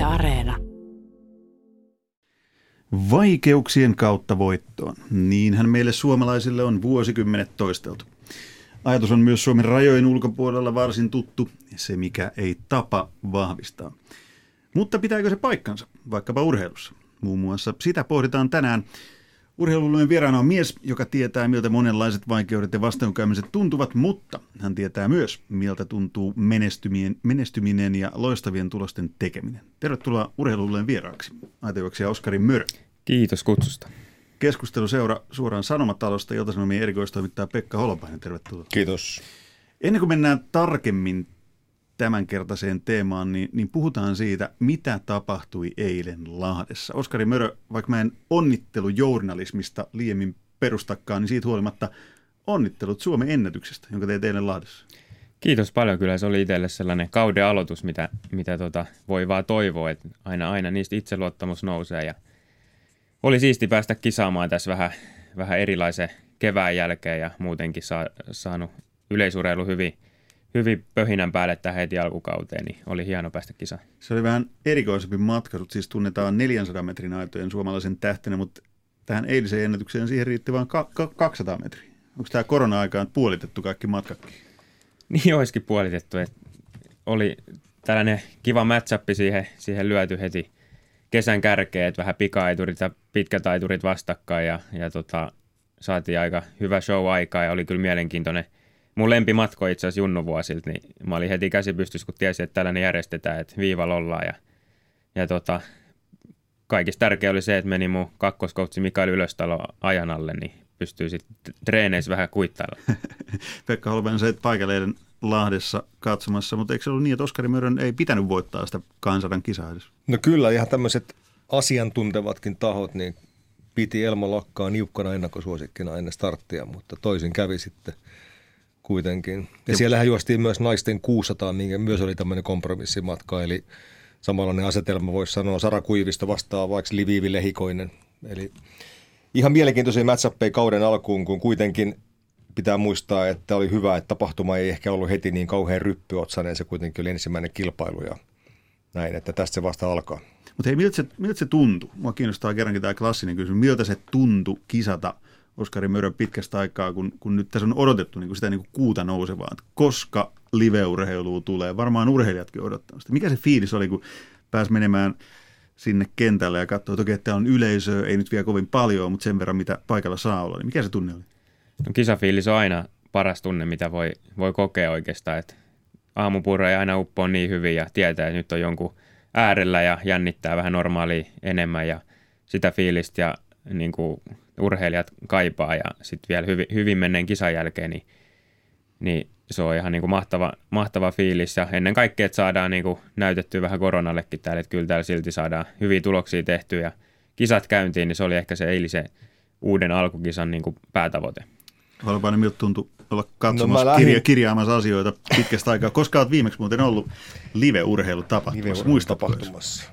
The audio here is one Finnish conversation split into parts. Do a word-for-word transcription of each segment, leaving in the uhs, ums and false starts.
Areena. Vaikeuksien kautta voittoon. Niinhän meille suomalaisille on vuosikymmenet toisteltu. Ajatus on myös Suomen rajojen ulkopuolella varsin tuttu, se mikä ei tapa vahvistaa. Mutta pitääkö se paikkansa, vaikkapa urheilussa? Muun muassa sitä pohditaan tänään. Urheilullinen vieraana on mies, joka tietää, miltä monenlaiset vaikeudet ja vastoinkäymiset tuntuvat, mutta hän tietää myös, miltä tuntuu menestyminen, menestyminen ja loistavien tulosten tekeminen. Tervetuloa urheilullinen vieraaksi, aitojuoksija Oskari Mörö. Kiitos kutsusta. Keskusteluseura suoraan Sanomatalosta, Ilta-Sanomien erikoistoimittaja Pekka Holopainen. Tervetuloa. Kiitos. Ennen kuin mennään tarkemmin tämänkertaiseen teemaan, niin, niin puhutaan siitä, mitä tapahtui eilen Lahdessa. Oskari Mörö, vaikka mä en onnittelujournalismista liiemmin perustakaan, niin siitä huolimatta onnittelut Suomen ennätyksestä, jonka teit eilen Lahdessa. Kiitos paljon. Kyllä se oli itselle sellainen kauden aloitus, mitä, mitä tota voi vaan toivoa, että aina, aina niistä itseluottamus nousee. Ja oli siisti päästä kisaamaan tässä vähän, vähän erilaisen kevään jälkeen ja muutenkin saa, saanut yleisurheilu hyvin, hyvin pöhinän päälle tähän heti alkukauteen, niin oli hieno päästä kisaan. Se oli vähän erikoisempi matka, sut siis tunnetaan neljänsadan metrin aitojen suomalaisen tähtenä, mutta tähän eiliseen ennätykseen siihen riitti vain kaksisataa metriä. Onko tämä korona-aikaan puolitettu kaikki matkatkin? Niin olisikin puolitettu. Että oli tällainen kiva match-up siihen, siihen lyöty heti kesän kärkeen, että vähän pika-aiturit ja pitkät aiturit vastakkain ja, ja tota, saatiin aika hyvä show aikaa ja oli kyllä mielenkiintoinen. Mun lempimatko itse asiassa junnuvuosilta, niin mä olin heti käsipystys, kun tiesin, että tällainen järjestetään, että viivalla ollaan. Ja, ja tota, kaikista tärkeä oli se, että meni mun kakkoskoutsi Mikael Ylöstalo ajan alle, niin pystyy sitten treeneissä vähän kuittailla. Pekka Holopainen, sä et paikalla Lahdessa katsomassa, mutta eikö se ollut niin, että Oskari Mörön ei pitänyt voittaa sitä kahdensadan kisaa edes? No kyllä, ihan tämmöiset asiantuntevatkin tahot, niin piti Elmo Lakkaa niukkana ennakkosuosikkina ennen starttia, mutta toisin kävi sitten kuitenkin. Ja siellähän juostiin myös naisten kuusisataa, minkä myös oli tämmöinen kompromissimatka, eli samanlainen asetelma voisi sanoa Sara Kuivisto vastaa vaikka Liviivi Lehikoinen. Eli ihan mielenkiintoisia match-uppeja kauden alkuun, kun kuitenkin pitää muistaa, että oli hyvä, että tapahtuma ei ehkä ollut heti niin kauhean ryppyotsainen, se kuitenkin oli ensimmäinen kilpailu ja näin, että tästä se vasta alkaa. Mutta hei, miltä se, miltä se tuntui? Mua kiinnostaa kerrankin tämä klassinen kysymys. Miltä se tuntui kisata Oskari Mörön pitkästä aikaa, kun, kun nyt tässä on odotettu niin kuin sitä niin kuin kuuta nousevaa, että koska live-urheilua tulee? Varmaan urheilijatkin odottavat sitä. Mikä se fiilis oli, kun pääsi menemään sinne kentälle ja katsoi, että okei, että on yleisöä, ei nyt vielä kovin paljon, mutta sen verran, mitä paikalla saa olla. Niin mikä se tunne oli? No, kisafiilis on aina paras tunne, mitä voi, voi kokea oikeastaan. Että aamupurra ei aina uppoa niin hyvin ja tietää, että nyt on jonkun äärellä ja jännittää vähän normaalia enemmän ja sitä fiilistä ja niin kuin urheilijat kaipaa ja sitten vielä hyvin, hyvin menneen kisan jälkeen, niin, niin se on ihan niin kuin mahtava, mahtava fiilis ja ennen kaikkea, että saadaan niin kuin näytettyä vähän koronallekin täällä, että kyllä täällä silti saadaan hyviä tuloksia tehtyä ja kisat käyntiin, niin se oli ehkä se eilisen uuden alkukisan niin kuin päätavoite. Holopainen, miltä tuntui olla katsomassa, no kirja, kirjaamassa asioita pitkästä aikaa. Koska olet viimeksi muuten ollut live-urheilutapahtumassa? Live-urheilutapahtumassa.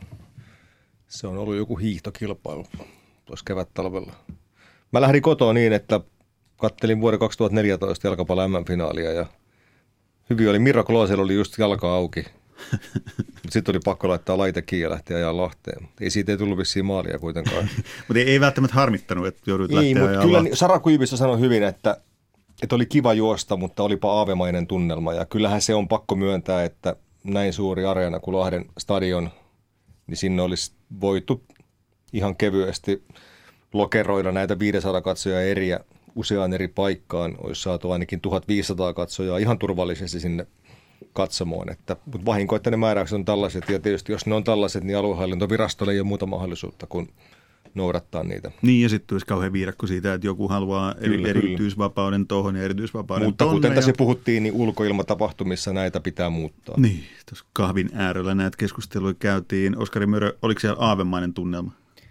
Se on ollut joku hiihtokilpailu tuossa kevät-talvella. Mä lähdin kotoa niin, että kattelin vuoden kaksituhattaneljätoista jalkapallon M M-finaalia ja hyvin oli. Mirra Kloosella oli just jalka auki. Sitten oli pakko laittaa laite kiinni ja lähteä ajaa Lahteen. Ei siitä ei tullut vissiin maalia kuitenkaan. Mutta ei, ei välttämättä harmittanut, että joudut lähteä ajaa Lahteen. Kyllä Sara Kuivisto sanoi hyvin, että, että oli kiva juosta, mutta olipa aavemainen tunnelma. Ja kyllähän se on pakko myöntää, että näin suuri areena kuin Lahden stadion, niin sinne olisi voitu ihan kevyesti lokeroida näitä viisisataa katsojaa eriä useaan eri paikkaan. Olisi saatu ainakin tuhatviisisataa katsojaa ihan turvallisesti sinne katsomoon. Että, mutta vahinko, että ne määräykset on tällaiset ja tietysti jos ne on tällaiset, niin aluehallintovirastolle ei ole muuta mahdollisuutta kuin noudattaa niitä. Niin ja sitten tulisi kauhean viidakko siitä, että joku haluaa kyllä, erityisvapauden tuohon ja erityisvapauden mutta tonne. Mutta kuten tässä ja puhuttiin, niin ulkoilmatapahtumissa näitä pitää muuttaa. Niin, tuossa kahvin äärellä näitä keskusteluja käytiin. Oskari Mörö, oliko siellä aavemainen tunnelma?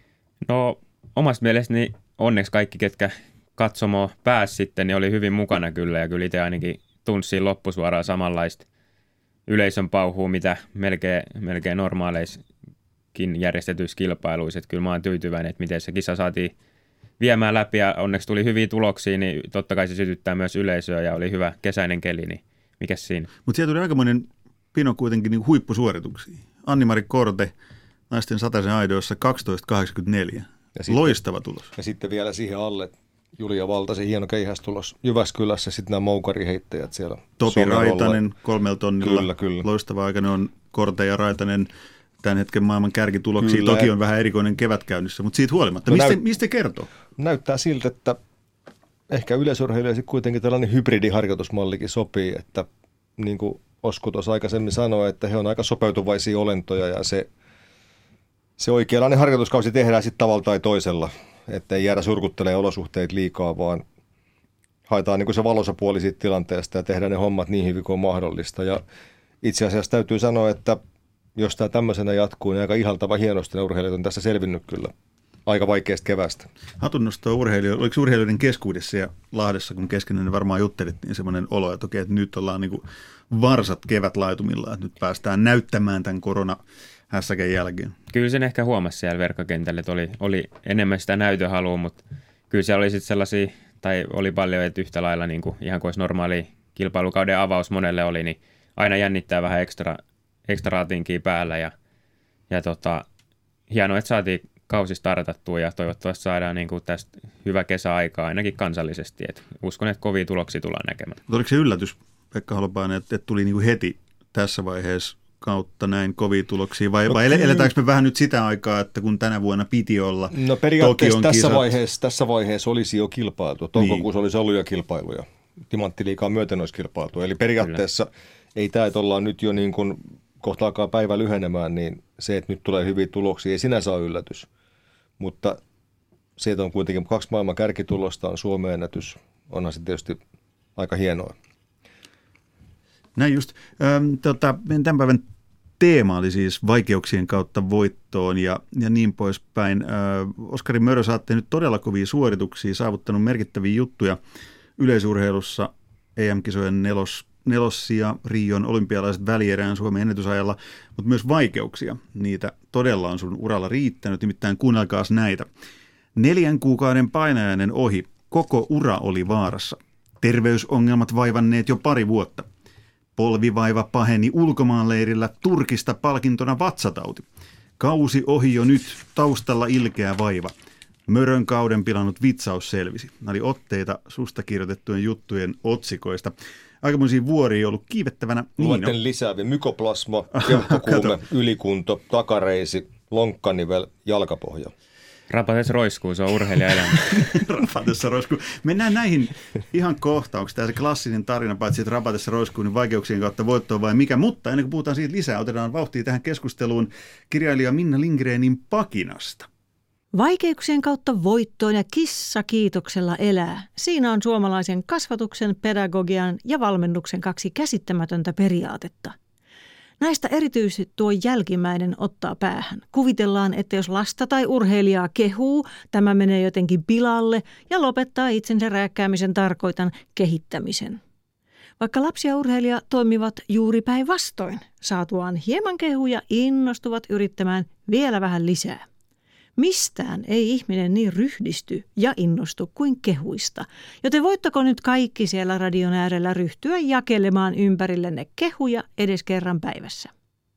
No omasta mielestäni onneksi kaikki, ketkä katsomoon pääsi sitten, niin oli hyvin mukana kyllä ja kyllä itse ainakin tunsin loppusuoraan samanlaista yleisön pauhuu, mitä melkein, melkein normaaleissakin järjestetyissä kilpailuissa. Että kyllä mä oon tyytyväinen, että miten se kisa saatiin viemään läpi ja onneksi tuli hyviä tuloksia, niin totta kai se sytyttää myös yleisöä ja oli hyvä kesäinen keli, niin mikäs siinä? Mutta siellä tuli aikamoinen pino kuitenkin niin huippusuorituksia. Anni-Mari Korte naisten sataisen aidoissa kaksitoista kahdeksankymmentäneljä. Ja sitten, loistava tulos. Ja sitten vielä siihen alle Julia Valtasen hieno keihästulos Jyväskylässä, sitten nämä moukariheittäjät siellä. Topi Raitanen kolmella tonnilla. Kyllä, kyllä. Loistava aika, ne on Korte ja Raitanen tämän hetken maailman kärkituloksia. Kyllä. Toki on vähän erikoinen kevätkäynnissä, mutta siitä huolimatta. No, mistä, näyt- mistä kertoo? Näyttää siltä, että ehkä yleisurheilijoille kuitenkin tällainen hybridiharjoitusmallikin sopii, että niin kuin Osku tuossa aikaisemmin sanoi, että he on aika sopeutuvaisia olentoja ja se, se oikeanlainen harjoituskausi tehdään sitten tavalla tai toisella, että ei jäädä surkuttelemaan olosuhteet liikaa, vaan haetaan niin kuin se valoisa puoli siitä tilanteesta ja tehdään ne hommat niin hyvin kuin on mahdollista. Ja itse asiassa täytyy sanoa, että jos tämä tämmöisenä jatkuu, niin aika ihaltava hienosti ne urheilijat on tässä selvinnyt kyllä aika vaikeasta kevästä. Hatunnostoa urheilijoille. Oliko urheilijoiden keskuudessa ja Lahdessa, kun keskenään varmaan juttelit, niin semmoinen olo, että okei, että nyt ollaan niin kuin varsat kevätlaitumilla, että nyt päästään näyttämään tämän koronahässäkän jälkeen. Kyllä sen ehkä huomasi siellä verkkokentällä, että oli, oli enemmän sitä näytöhalua, mutta kyllä siellä oli sitten sellaisia, tai oli paljon, että yhtä lailla niin kuin, ihan kuin olisi normaali kilpailukauden avaus monelle oli, niin aina jännittää vähän ekstra, ekstra raatinkia päällä ja, ja tota, hienoa, että saatiin kausi startattua ja toivottavasti saadaan niin kuin tästä hyvä kesäaikaa ainakin kansallisesti. Et uskon, että kovia tuloksia tullaan näkemään. Mutta oliko se yllätys, Pekka Holopainen, että, että tuli niin kuin heti tässä vaiheessa kautta näin kovia tuloksia vai, no, vai eletäänkö me vähän nyt sitä aikaa, että kun tänä vuonna piti olla No periaatteessa tässä vaiheessa, tässä vaiheessa olisi jo kilpailtu. Toukokuussa niin olisi ollut jo kilpailuja. Timanttiliigaan myöten olisi kilpailtu. Eli periaatteessa Kyllä. ei tämä, että ollaan nyt jo niin kuin kohta alkaa päivä lyhenemään, niin se, että nyt tulee hyviä tuloksia, ei sinänsä ole yllätys. Mutta se, että on kuitenkin kaksi maailman kärkitulosta, on Suomen ennätys, onhan se tietysti aika hienoa. Näin just. Ähm, tota, tämän päivän teema oli siis vaikeuksien kautta voittoon ja, ja niin poispäin. Äh, Oskari Mörö, sä oot tehnyt todella kovia suorituksia, saavuttanut merkittäviä juttuja yleisurheilussa, E M-kisojen nelos, nelossia, Rion olympialaiset välierään Suomen ennätysajalla, mutta myös vaikeuksia. Niitä todella on sun uralla riittänyt, nimittäin kuunnelkaas näitä. Neljän kuukauden painajainen ohi, koko ura oli vaarassa. Terveysongelmat vaivanneet jo pari vuotta. Polvivaiva paheni ulkomaanleirillä, Turkista palkintona vatsatauti. Kausi ohi jo nyt, taustalla ilkeä vaiva. Mörön kauden pilannut vitsaus selvisi. Nämä oli otteita susta kirjoitettujen juttujen otsikoista. Aikamoisia vuoria on ollut kiivettävänä. Luetten niin lisääviä. Mykoplasma, keuhkokuume, ylikunto, takareisi, lonkkanivel, jalkapohja. Rapates roiskuu, se on urheilijaelämä. Rapatessa roiskuu. Mennään näihin ihan kohta. Onko tämä se klassinen tarina, paitsi että rapatessa roiskuu, niin vaikeuksien kautta voittoon vai mikä? Mutta ennen kuin puhutaan siitä lisää, otetaan vauhtia tähän keskusteluun kirjailija Minna Lindgrenin Pakinasta. Vaikeuksien kautta voittoon ja kissa kiitoksella elää. Siinä on suomalaisen kasvatuksen, pedagogian ja valmennuksen kaksi käsittämätöntä periaatetta. Näistä erityisesti tuo jälkimmäinen ottaa päähän. Kuvitellaan, että jos lasta tai urheilijaa kehuu, tämä menee jotenkin pilalle ja lopettaa itsensä rääkkäämisen tarkoitan kehittämisen. Vaikka lapsi ja urheilija toimivat juuri päinvastoin, saatuaan hieman kehuja innostuvat yrittämään vielä vähän lisää. Mistään ei ihminen niin ryhdisty ja innostu kuin kehuista, joten voittako nyt kaikki siellä radion äärellä ryhtyä jakelemaan ympärillenne kehuja edes kerran päivässä.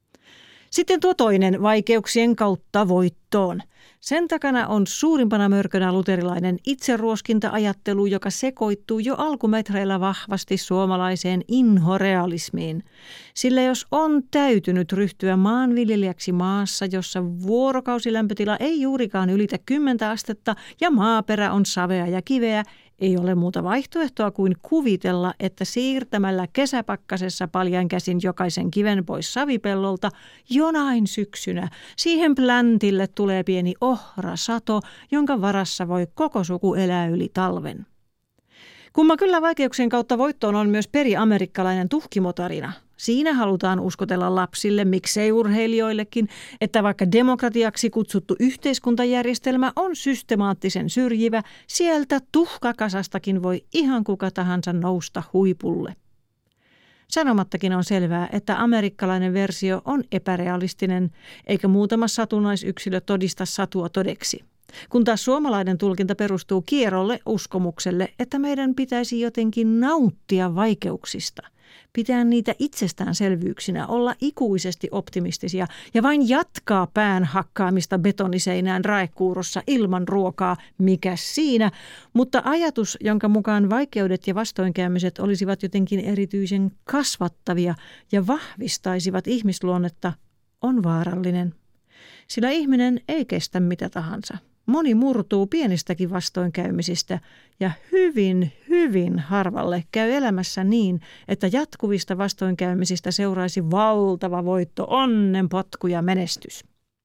Sitten tuo toinen vaikeuksien kautta voittoon. Sen takana on suurimpana mörkönä luterilainen itseruoskinta-ajattelu, joka sekoittuu jo alkumetreillä vahvasti suomalaiseen inhorealismiin. Sillä jos on täytynyt ryhtyä maanviljelijäksi maassa, jossa vuorokausilämpötila ei juurikaan ylitä kymmentä astetta ja maaperä on savea ja kiveä, ei ole muuta vaihtoehtoa kuin kuvitella, että siirtämällä kesäpakkasessa paljain käsin jokaisen kiven pois savipellolta jonain syksynä siihen pläntille tulee pieni ohrasato, jonka varassa voi koko suku elää yli talven. Kumma kyllä vaikeuksien kautta voittoon on myös periamerikkalainen tuhkimotarina. Siinä halutaan uskotella lapsille, miksei urheilijoillekin, että vaikka demokratiaksi kutsuttu yhteiskuntajärjestelmä on systemaattisen syrjivä, sieltä tuhkakasastakin voi ihan kuka tahansa nousta huipulle. Sanomattakin on selvää, että amerikkalainen versio on epärealistinen, eikä muutama satunnaisyksilö todista satua todeksi. Kun taas suomalainen tulkinta perustuu kierolle uskomukselle, että meidän pitäisi jotenkin nauttia vaikeuksista. pitää niitä itsestäänselvyyksinä, olla ikuisesti optimistisia ja vain jatkaa pään hakkaamista betoniseinään raekuurossa ilman ruokaa, mikä siinä. Mutta ajatus, jonka mukaan vaikeudet ja vastoinkäymiset olisivat jotenkin erityisen kasvattavia ja vahvistaisivat ihmisluonnetta, on vaarallinen. Sillä ihminen ei kestä mitä tahansa. Moni murtuu pienistäkin vastoinkäymisistä ja hyvin, hyvin harvalle käy elämässä niin, että jatkuvista vastoinkäymisistä seuraisi valtava voitto, onnenpotku ja menestys.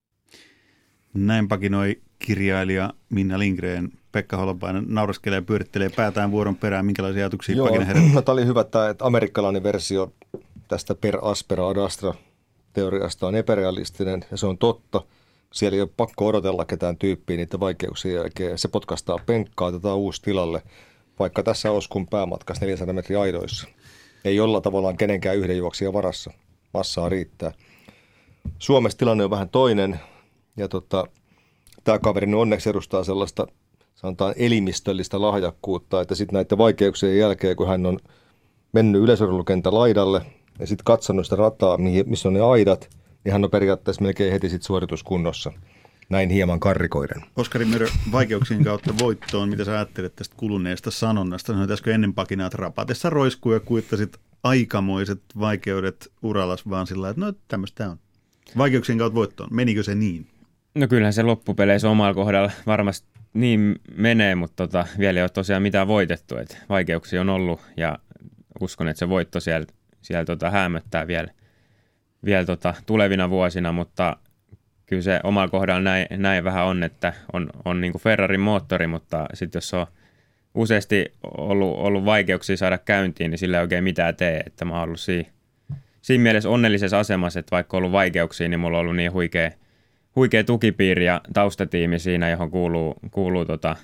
Näin pakinoi kirjailija Minna Lindgren. Pekka Holopainen nauraskelee ja pyörittelee päätään vuoron perään. Minkälaisia ajatuksia Joo, pakina herättää? tämä oli hyvä, tämä, että amerikkalainen versio tästä per aspera ad astra teoriasta on epärealistinen ja se on totta. Siellä ei ole pakko odotella ketään tyyppiä niitä vaikeuksien jälkeen. Se potkastaa penkkaa, otetaan uusi tilalle, vaikka tässä olisi kun päämatkassa neljäsataa metriä aidoissa. Ei olla tavallaan kenenkään yhden juoksijan varassa. Massaa riittää. Suomessa tilanne on vähän toinen ja tota, tämä kaveri onneksi edustaa sellaista sanotaan elimistöllistä lahjakkuutta, että sitten näiden vaikeuksien jälkeen, kun hän on mennyt yleisurheilukentän laidalle ja sitten katsonut sitä rataa, missä on ne aidat, niin hän on periaatteessa melkein heti sit suorituskunnossa, näin hieman karrikoiden. Oskari Mörö, vaikeuksien kautta voittoon, mitä sä ajattelet tästä kuluneesta sanonnasta? Sanoit äsken ennen pakinaa, että rapatessa roiskuu ja kuittasit aikamoiset vaikeudet urallas vaan sillä että no tämmöistä on. Vaikeuksien kautta voittoon, menikö se niin? No kyllähän se loppupeleissä omalla kohdalla varmasti niin menee, mutta tota, vielä ei ole tosiaan mitään voitettu. Et vaikeuksia on ollut ja uskon, että se voitto siellä, siellä tota, häämöttää vielä. vielä tota, tulevina vuosina, mutta kyllä se omalla kohdalla näin, näin vähän on, että on, on niin kuin Ferrarin moottori, mutta sitten jos on useasti ollut, ollut vaikeuksia saada käyntiin, niin sillä ei oikein mitään tee, että mä oon ollut siinä, siinä mielessä onnellisessa asemassa, että vaikka on ollut vaikeuksia, niin mulla on ollut niin huikea, huikea tukipiiri ja taustatiimi siinä, johon kuuluu, kuuluu tota,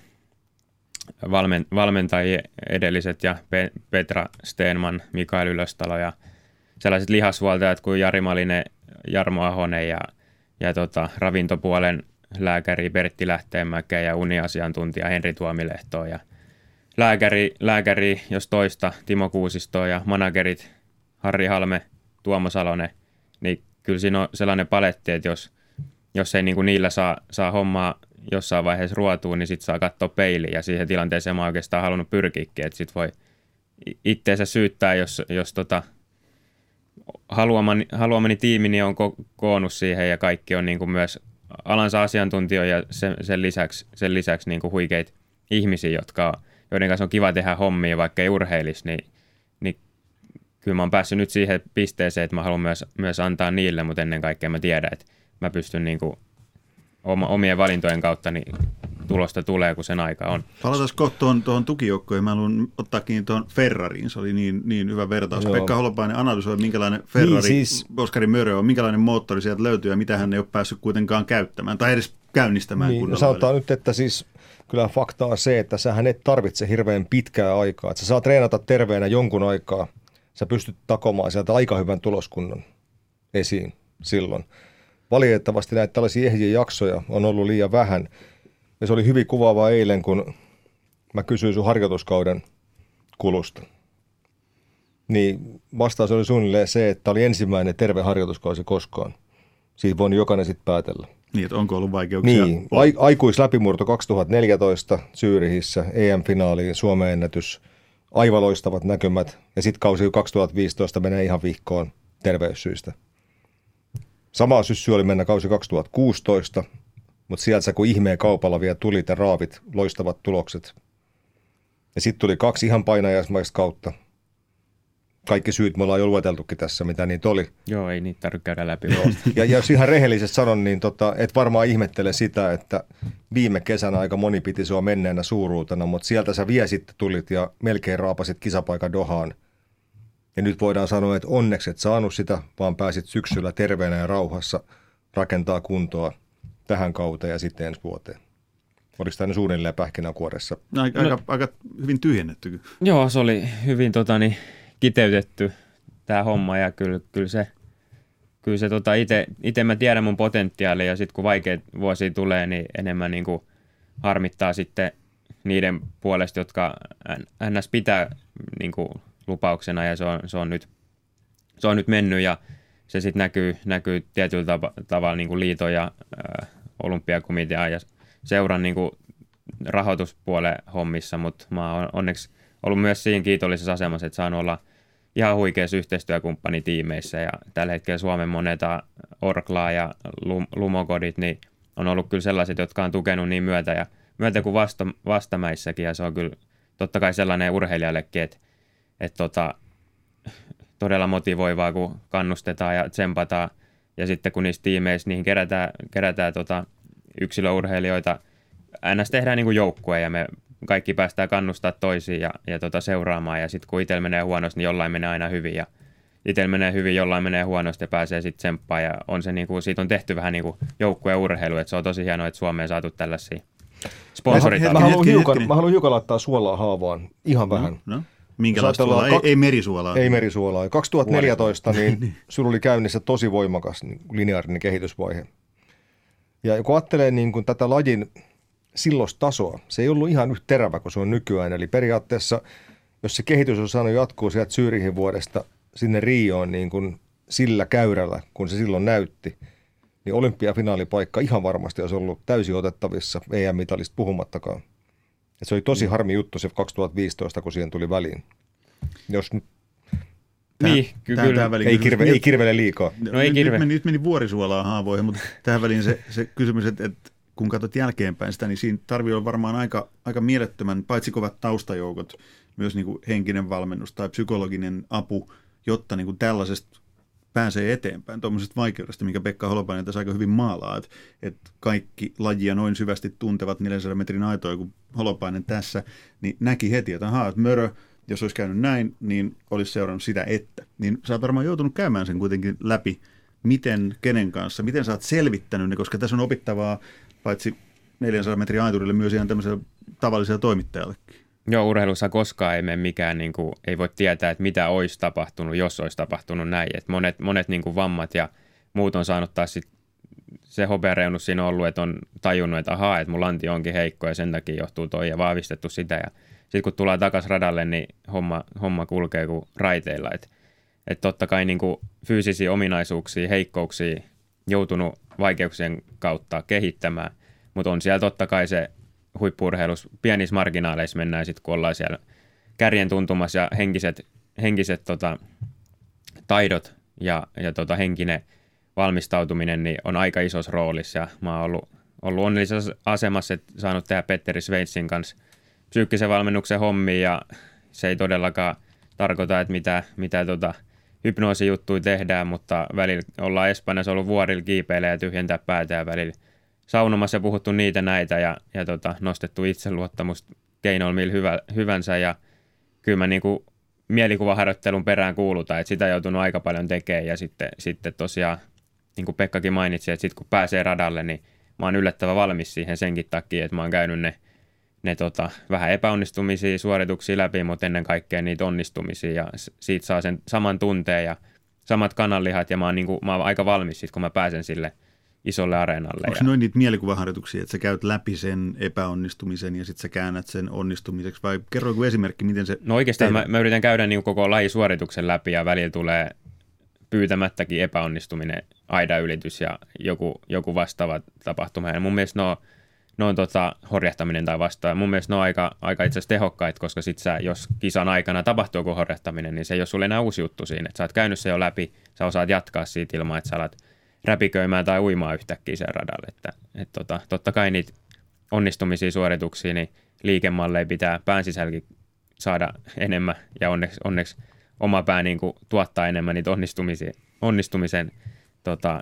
valmen, valmentajia edelliset ja Pe- Petra Stenman, Mikael Ylöstalo ja sellaiset lihashuoltajat kuin Jari Malinen, Jarmo Ahonen ja, ja tota, ravintopuolen lääkäri Pertti Lähteenmäkeä ja uniasiantuntija Henri Tuomilehtoa ja lääkäri, lääkäri, jos toista, Timo Kuusistoa ja managerit Harri Halme, Tuomo Salonen, niin kyllä siinä on sellainen paletti, että jos, jos ei niin kuin niillä saa, saa hommaa jossain vaiheessa ruotuun, niin sitten saa katsoa peiliin ja siihen tilanteeseen mä oon oikeastaan halunnut pyrkiäkin, että sitten voi itteensä syyttää, jos, jos tota, Haluamani, haluamani tiimini on ko- koonnut siihen ja kaikki on niin kuin myös alansa asiantuntijoita ja sen, sen lisäksi, sen lisäksi niin kuin huikeita ihmisiä, jotka, joiden kanssa on kiva tehdä hommia, vaikka ei urheilisi, niin, niin kyllä mä oon päässyt nyt siihen pisteeseen, että mä haluan myös, myös antaa niille, mutta ennen kaikkea mä tiedän, että mä pystyn niin kuin omien valintojen kautta niin tulosta tulee, kun sen aika on. Palataan kohta tuohon, tuohon tukijoukkoon. Mä haluan ottaa kiinni tuohon Ferrariin. Se oli niin, niin hyvä vertaus. Joo. Pekka Holopainen analysoi, minkälainen Ferrari, niin siis Oskari Mörö on, minkälainen moottori sieltä löytyy ja mitä hän ei ole päässyt kuitenkaan käyttämään tai edes käynnistämään niin, kunnolla. Sanotaan nyt, että siis kyllä fakta on se, että sähän et tarvitse hirveän pitkää aikaa. Että sä saat treenata terveenä jonkun aikaa. Sä pystyt takomaan sieltä aika hyvän tuloskunnon esiin silloin. Valitettavasti näitä tällaisia ehjiä jaksoja on ollut liian vähän. Ja se oli hyvin kuvaavaa eilen, kun mä kysyin sun harjoituskauden kulusta. Niin vastaus oli suunnilleen se, että oli ensimmäinen terve harjoituskausi koskaan. Siitä voi jokainen sitten päätellä. Niin, että onko ollut vaikeuksia? Niin, Ai- aikuisläpimurto kaksituhattaneljätoista Zyrihissä, E M-finaali, Suomen ennätys, aivan loistavat näkymät. Ja sitten kausi kaksituhattaviisitoista menee ihan vihkoon terveyssyistä. Sama syssy oli mennä kausi kaksituhattakuusitoista, mutta sieltä kun ihmeen kaupalla vielä tulit ja raavit, loistavat tulokset. Ja sitten tuli kaksi ihan painajaismaista kautta. Kaikki syyt me ollaan jo lueteltukin tässä, mitä niitä oli. Joo, ei niitä tarvitse käydä läpi. ja, ja jos ihan rehellisesti sanon, niin tota, et varmaan ihmettele sitä, että viime kesänä aika moni piti sua menneenä suuruutena, mutta sieltä sä vielä sitten tulit ja melkein raapasit kisapaikan Dohaan. Ja nyt voidaan sanoa, että onneksi et saanut sitä, vaan pääsit syksyllä terveenä ja rauhassa rakentaa kuntoa tähän kauteen ja sitten ensi vuoteen. Oliko tämä suunnilleen pähkinänkuoressa? No, aika, no, aika hyvin tyhjennetty. Joo, se oli hyvin totani, kiteytetty tämä homma ja kyllä, kyllä se, kyllä se tota itse mä tiedän mun potentiaalia ja sitten kun vaikeat vuosia tulee, niin enemmän niin kuin harmittaa sitten niiden puolesta, jotka ns. Pitää niin kuin lupauksena ja se on, se on, nyt, se on nyt mennyt ja se sitten näkyy, näkyy tietyllä tava, tavalla niin kuin liiton ja äh, olympiakomitean ja seuran niin kuin rahoituspuolen hommissa, mutta mä oon onneksi ollut myös siinä kiitollisessa asemassa, että saan olla ihan huikeassa yhteistyökumppanitiimeissä ja tällä hetkellä Suomen Moneta, Orkla ja Lumokodit niin on ollut kyllä sellaiset, jotka on tukenut niin myötä ja myötä kuin vasta, vastamäissäkin ja se on kyllä totta kai sellainen urheilijallekin, että, että tota, todella motivoivaa, kun kannustetaan ja tsempataan ja sitten kun niissä tiimeissä niihin kerätään, kerätään tota yksilöurheilijoita, ns. Tehdään niin kuin joukkue ja me kaikki päästään kannustaa toisiin ja, ja tota seuraamaan ja sitten kun itsellä menee huonosti, niin jollain menee aina hyvin ja itsellä menee hyvin, jollain menee huonosti ja pääsee sitten tsemppaan ja on se niinku, siitä on tehty vähän niin kuin joukkueen urheilu, että se on tosi hienoa, että Suomeen saatu tällaisia sponsoreita. Mä haluan hiukan, mä haluan hiukan laittaa suolaa haavaan, ihan vähän. No, no. Minkälaista suolaa? Ei, ei merisuolaa. Ei merisuolaa. kaksituhattaneljätoista niin sulla oli käynnissä tosi voimakas niin lineaarinen kehitysvaihe. Ja kun ajattelee niin kuin tätä lajin silloista tasoa, se ei ollut ihan yhtä terävä kuin se on nykyään. Eli periaatteessa, jos se kehitys on saanut jatkuu sieltä Zürichin vuodesta sinne Rioon niin kuin sillä käyrällä, kun se silloin näytti, niin olympiafinaalipaikka ihan varmasti olisi ollut täysin otettavissa, E M-mitalista puhumattakaan. Et se oli tosi harmi juttu se kaksituhattaviisitoista, kun siihen tuli väliin. Jos nyt Tähän, niin, kyllä. Tähän, tähän ei, kirve, ei kirvele liikaa. No ei kirve. Nyt meni, nyt meni vuorisuolaa haavoihin, mutta tähän väliin se, se kysymys, että, että kun katsot jälkeenpäin sitä, niin siinä tarvii olla varmaan aika, aika mielettömän, paitsi kovat taustajoukot, myös niin kuin henkinen valmennus tai psykologinen apu, jotta niin kuin tällaisesta pääsee eteenpäin, tuommoisesta vaikeudesta, minkä Pekka Holopainen tässä aika hyvin maalaa, että, että kaikki lajia noin syvästi tuntevat neljänsadan metrin aitoja kuin Holopainen tässä, niin näki heti, että ahaa, että mörö, jos olisi käynyt näin, niin olisi seurannut sitä että. Niin sä oot varmaan joutunut käymään sen kuitenkin läpi, miten, kenen kanssa, miten sä oot selvittänyt ne, koska tässä on opittavaa paitsi neljänsadan metrin aiturille myös ihan tämmöiselle tavalliselle toimittajallekin. Joo, urheilussa koskaan ei mene mikään, niin kuin, ei voi tietää, että mitä olisi tapahtunut, jos olisi tapahtunut näin. Et monet monet niin kuin vammat ja muut on saanut taas sit, se hopeareunus siinä ollut, että on tajunnut, että ahaa, että mun lanti onkin heikko ja sen takia johtuu toi ja vahvistettu sitä. Ja sitten kun tullaan takaisin radalle, niin homma, homma kulkee kuin raiteilla. Että et totta kai niin kuin fyysisiä ominaisuuksia, heikkouksia joutunut vaikeuksien kautta kehittämään, mutta on siellä totta kai se huippu-urheilus, pienissä marginaaleissa mennään sitten, kun ollaan siellä kärjen tuntumassa ja henkiset, henkiset tota, taidot ja, ja tota, henkinen valmistautuminen niin on aika isossa roolissa. Ja mä oon ollut, ollut onnellisessa asemassa, että saanut tehdä Petteri Sveitsin kanssa psyykkisen valmennuksen hommia ja se ei todellakaan tarkoita, että mitä, mitä tota, hypnoosijuttuja tehdään, mutta välillä ollaan Espanjassa ollut vuorilla kiipeillä ja tyhjentää päätä ja välillä saunomassa ja puhuttu niitä näitä ja, ja tota, nostettu itseluottamusta keinoilla millä hyvä, hyvänsä ja kyllä mä niin kuin mielikuvaharjoittelun perään kuulutaan, että sitä on joutunut aika paljon tekemään ja sitten, sitten tosiaan, niin kuin Pekkakin mainitsi, että sitten kun pääsee radalle, niin mä oon yllättävän valmis siihen senkin takia, että mä oon käynyt ne, ne tota, vähän epäonnistumisia suorituksia läpi, mutta ennen kaikkea niitä onnistumisia ja siitä saa sen saman tunteen ja samat kananlihat ja mä oon, niin kuin, mä oon aika valmis sit, kun mä pääsen sille isolle areenalle. Onko ja... noin niitä mielikuvaharjoituksia, että sä käyt läpi sen epäonnistumisen ja sitten sä käännät sen onnistumiseksi vai kerro joku esimerkki, miten se... No oikeastaan mä, mä yritän käydä niin koko lajisuorituksen läpi ja välillä tulee pyytämättäkin epäonnistuminen, aidaylitys ja joku, joku vastaava tapahtuma. Ja mun mielestä ne on, ne on tota, horjahtaminen tai vastaava. Mun mielestä ne on aika, aika itse asiassa tehokkaita, koska sit sä, jos kisan aikana tapahtuu joku horjahtaminen, niin se ei ole sulle enää uusi juttu siinä. Et sä oot käynyt se jo läpi, sä osaat jatkaa siitä ilman, että sä alat räpiköimään tai uimaan yhtäkkiä sen radalle. Että, et tota, totta kai niitä onnistumisia suorituksia, niin liikemalleja pitää pään sisälläkin saada enemmän ja onneksi, onneksi oma pää niin kuin tuottaa enemmän niitä onnistumisia, onnistumisen tota,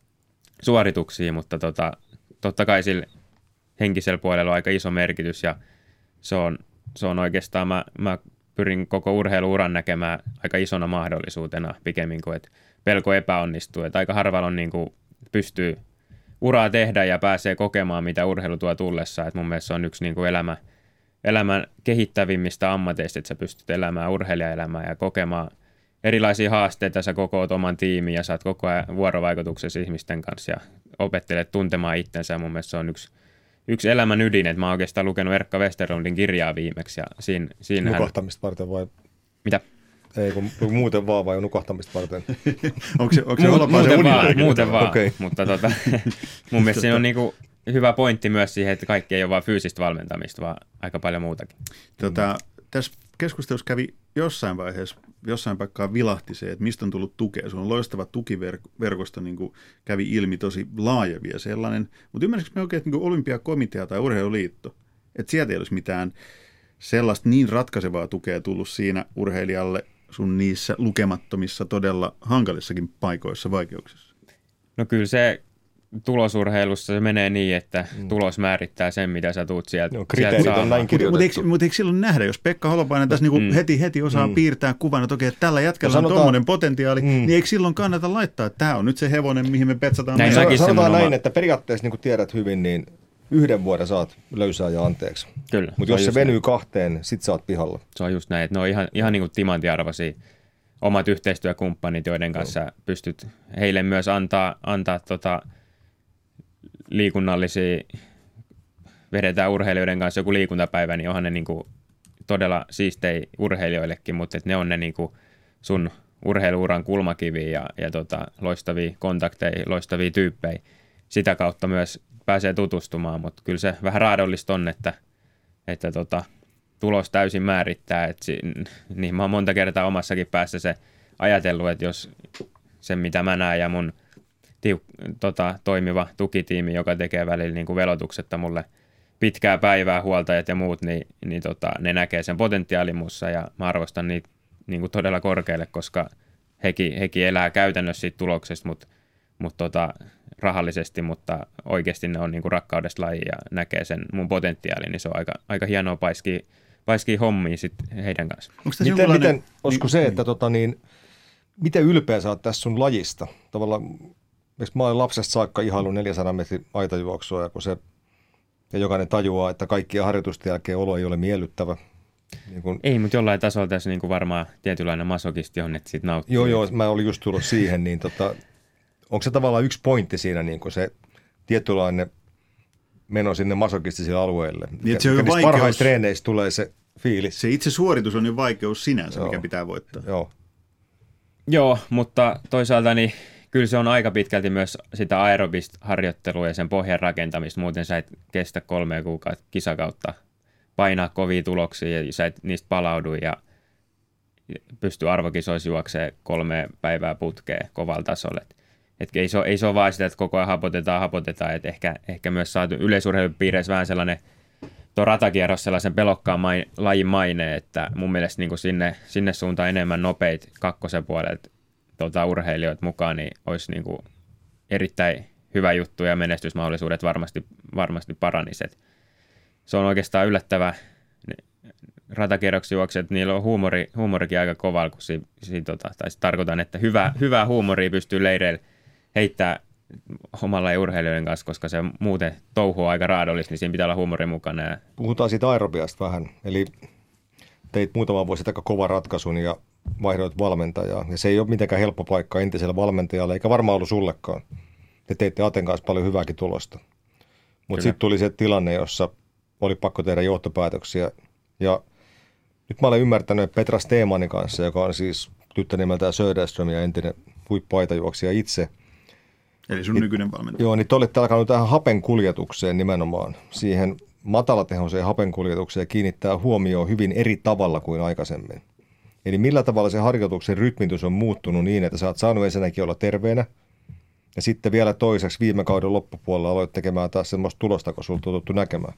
suorituksia, mutta tota, totta kai sillä henkisellä puolella on aika iso merkitys ja se on, se on oikeastaan, mä, mä pyrin koko urheiluuran näkemään aika isona mahdollisuutena pikemmin kuin, että pelko epäonnistuu. Että aika harvalla on niin kuin pystyy uraa tehdä ja pääsee kokemaan, mitä urheilu tuo tullessa. Että mun mielestä se on yksi niin kuin elämä, elämän kehittävimmistä ammateista, että sä pystyt elämään urheilijaelämää ja kokemaan erilaisia haasteita. Sä kokoat oman tiimin ja saat koko ajan vuorovaikutuksessa ihmisten kanssa ja opettelet tuntemaan itsensä. Mun mielestä se on yksi, yksi elämän ydin. Että mä oon oikeastaan lukenut Erkka Westerlundin kirjaa viimeksi. Ja siinä, siinähän... Nukahtamista varten vai? Mitä? Ei, kun muuten vaan vai nukahtamista varten? onko se, onko se Muut, muuten vaan, muuten vaan. Okay. Mutta tota, mun mielestä siinä on niinku hyvä pointti myös siihen, että kaikki ei ole vain fyysistä valmentamista, vaan aika paljon muutakin. Tota, tässä keskustelussa kävi jossain vaiheessa, jossain paikkaa vilahti se, että mistä on tullut tukea. Se on loistava tukiverkosto, niin kuin kävi ilmi, tosi laaja vielä sellainen. Mutta ymmärsikö me oikein, että niin olympiakomitea tai urheiluliitto, että sieltä ei olisi mitään sellaista niin ratkaisevaa tukea tullut siinä urheilijalle sun niissä lukemattomissa todella hankalissakin paikoissa, vaikeuksissa? No kyllä se tulosurheilussa se menee niin, että mm. tulos määrittää sen, mitä sä tuut sieltä, no, sieltä saamaan. Näin Mutta mut eikö, mut eikö silloin nähdä, jos Pekka Holopainen tässä niinku mm. heti, heti osaa mm. piirtää kuvan, että okei, että tällä jätkällä no, on tuommoinen potentiaali, mm. niin eikö silloin kannata laittaa, että tämä on nyt se hevonen, mihin me petsataan? Näin meidän. Sanotaan näin, oma... että periaatteessa niin kuin tiedät hyvin, niin yhden vuoden saat löysää ja anteeksi. Kyllä. Mutta jos se venyy näin. kahteen, sit sä oot pihalla. Se on just näin, että ne on ihan, ihan niin kuin timanttiarvoisia omat yhteistyökumppanit, joiden kanssa no. pystyt heille myös antaa, antaa tota liikunnallisia, vedetään urheilijoiden kanssa joku liikuntapäivä, niin onhan ne niin kuin todella siistejä urheilijoillekin, mutta ne on ne niin kuin sun urheiluuran kulmakiviä ja, ja tota, loistavia kontakteja, loistavia tyyppejä. Sitä kautta myös pääsee tutustumaan, mutta kyllä se vähän raadollista on, että, että tota, tulos täysin määrittää. Että si, niin mä oon monta kertaa omassakin päässä se ajatellut, että jos se mitä mä näen ja mun tiu, tota, toimiva tukitiimi, joka tekee välillä niin kuin velotuksetta mulle pitkää päivää, huoltajat ja muut, niin, niin tota, ne näkee sen potentiaalin mussa ja mä arvostan niitä niin kuin todella korkealle, koska hekin, hekin elää käytännössä siitä tuloksesta, mutta mut tota, rahallisesti, mutta oikeasti ne on niin kuin rakkaudesta laji ja näkee sen mun potentiaalin, niin se on aika, aika hienoa paiskia, paiskia hommia sit heidän kanssa. Miten, jonkunlainen... miten olisiko se, että tota, niin, miten ylpeä sä oot tässä sun lajista? Tavallaan, mä olen lapsesta saakka ihaillut neljäsadan metrin aitajuoksua ja kun se ja jokainen tajuaa, että kaikkien harjoitusten jälkeen olo ei ole miellyttävä. Niin kun... Ei, mutta jollain tasolla tässä niin kuin varmaan tietynlainen masokisti on, että siitä nauttii. Joo, joo, mä olin just tullut siihen, niin tota, onko se tavallaan yksi pointti siinä niin kuin se tietynlainen meno sinne masokistisille alueille? Niin, se on jo vaikeus. Parhaissa treeneissä tulee se fiilis. Se itse suoritus on jo vaikeus sinänsä, joo. mikä pitää voittaa. Joo. Joo, mutta toisaalta niin kyllä se on aika pitkälti myös sitä aerobista harjoittelua ja sen pohjan rakentamista. Muuten sä et kestä kolmea kuukautta kisakautta painaa kovia tuloksia ja sä et niistä palaudu ja pysty arvokisoissa juoksemaan kolme päivää putkeen kovalla tasolla. Et, et ei, se ole, ei se ole vaan sitä, että koko ajan hapotetaan, hapotetaan. Et ehkä, ehkä myös saatu yleisurheilupiireissä vähän sellainen tuo ratakierros sellaisen pelokkaan main, lajin maine, että mun mielestä niin sinne, sinne suuntaan enemmän nopeita kakkosen puolelta tuota, urheilijoita mukaan, niin olisi niin kuin erittäin hyvä juttu ja menestysmahdollisuudet varmasti, varmasti paraniset. Se on oikeastaan yllättävä ratakierroksi juokset, niillä on huumori, huumorikin aika kovalla, kun si, si, tota, tai tarkoitan, että hyvä, hyvää huumoria pystyy leireillä heittämään omalla urheilijoiden kanssa, koska se muuten touhu on aika raadollista, niin siinä pitää olla huumorin mukana. Ja... Puhutaan siitä aerobiasta vähän, eli teit muutama vuosi aika kovan ratkaisun ja vaihdoit valmentajaa. Ja se ei ole mitenkään helppo paikka entiselle valmentajalle, eikä varmaan ollut sullekaan. Te teitte Aten kanssa paljon hyvääkin tulosta. Mutta sitten tuli se tilanne, jossa oli pakko tehdä johtopäätöksiä. Ja nyt mä olen ymmärtänyt, että Petra Steemanin kanssa, joka on siis tyttö nimeltään Söderström ja entinen huippuaitajuoksija itse. Eli sun niin, nykyinen valmentaja. Joo, niin te olette alkanut tähän hapen kuljetukseen nimenomaan. Siihen matalatehoiseen hapen kuljetukseen kiinnittää huomioon hyvin eri tavalla kuin aikaisemmin. Eli millä tavalla se harjoituksen rytmitys on muuttunut niin, että sä oot saanut ensinnäkin olla terveenä. Ja sitten vielä toiseksi viime kauden loppupuolella aloit tekemään taas semmoista tulosta, kun sulta on tuttu näkemään.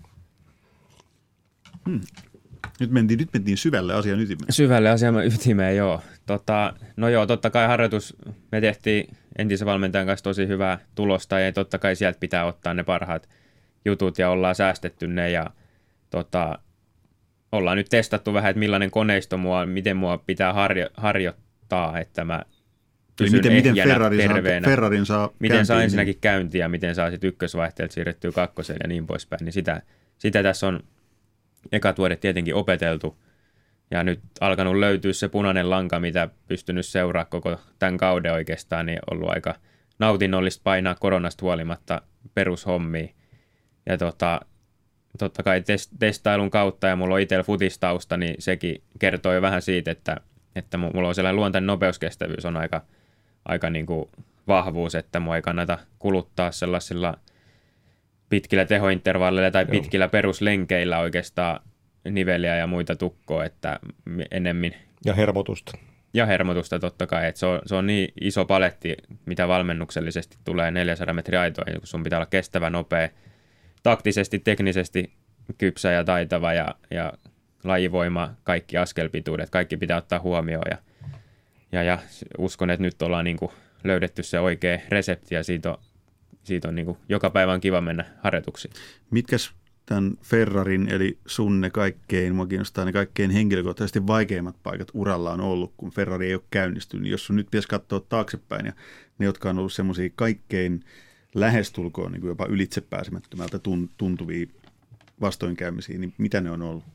Hmm. Nyt mentiin, nyt mentiin syvälle asian ytimeen. Syvälle asian ytimeen, joo. Tota, no joo, totta kai harjoitus, me tehtiin entisen valmentajan kanssa tosi hyvää tulosta ja totta kai sieltä pitää ottaa ne parhaat jutut ja ollaan säästetty ne ja tota, ollaan nyt testattu vähän, että millainen koneisto mua, miten mua pitää harjo, harjoittaa, että mä pysyn miten, miten ehjänä, Ferrarin terveenä. Saa, Ferrarin saa miten saa ensinnäkin käyntiä, miten saa sitten ykkösvaihteelta siirrettyä kakkoseen ja niin poispäin, niin sitä, sitä tässä on ekat vuodet tietenkin opeteltu ja nyt alkanut löytyä se punainen lanka, mitä pystynyt seuraamaan koko tämän kauden oikeastaan, niin ollut aika nautinnollista painaa koronasta huolimatta perushommia. Ja tota, totta kai test, testailun kautta ja mulla on itsellä futistausta, niin sekin kertoo jo vähän siitä, että että mulla on sellainen luontainen nopeuskestävyys on aika, aika niin kuin vahvuus, että mua ei kannata kuluttaa sellaisilla pitkillä tehointervalleilla tai pitkillä peruslenkeillä oikeastaan niveliä ja muita tukkoa, että ennemmin. Ja hermotusta. Ja hermotusta totta kai, että se on, se on niin iso paletti, mitä valmennuksellisesti tulee neljäsataa metriä aitoa, kun sun pitää olla kestävä, nopea, taktisesti, teknisesti kypsä ja taitava ja, ja lajivoima, kaikki askelpituudet, kaikki pitää ottaa huomioon ja, ja, ja uskon, että nyt ollaan niin kuin löydetty se oikea resepti ja siitä on, siitä on niin kuin joka päivä on kiva mennä harjoituksiin. Mitkäs tämän Ferrarin eli sun ne kaikkein, mua kiinnostaa ne kaikkein henkilökohtaisesti vaikeimmat paikat uralla on ollut, kun Ferrari ei ole käynnistynyt. Niin jos sun nyt pitäisi katsoa taaksepäin ja ne, jotka on ollut semmoisia kaikkein lähestulkoon niin kuin jopa ylitsepääsemättömältä tuntuvia vastoinkäymisiä, niin mitä ne on ollut?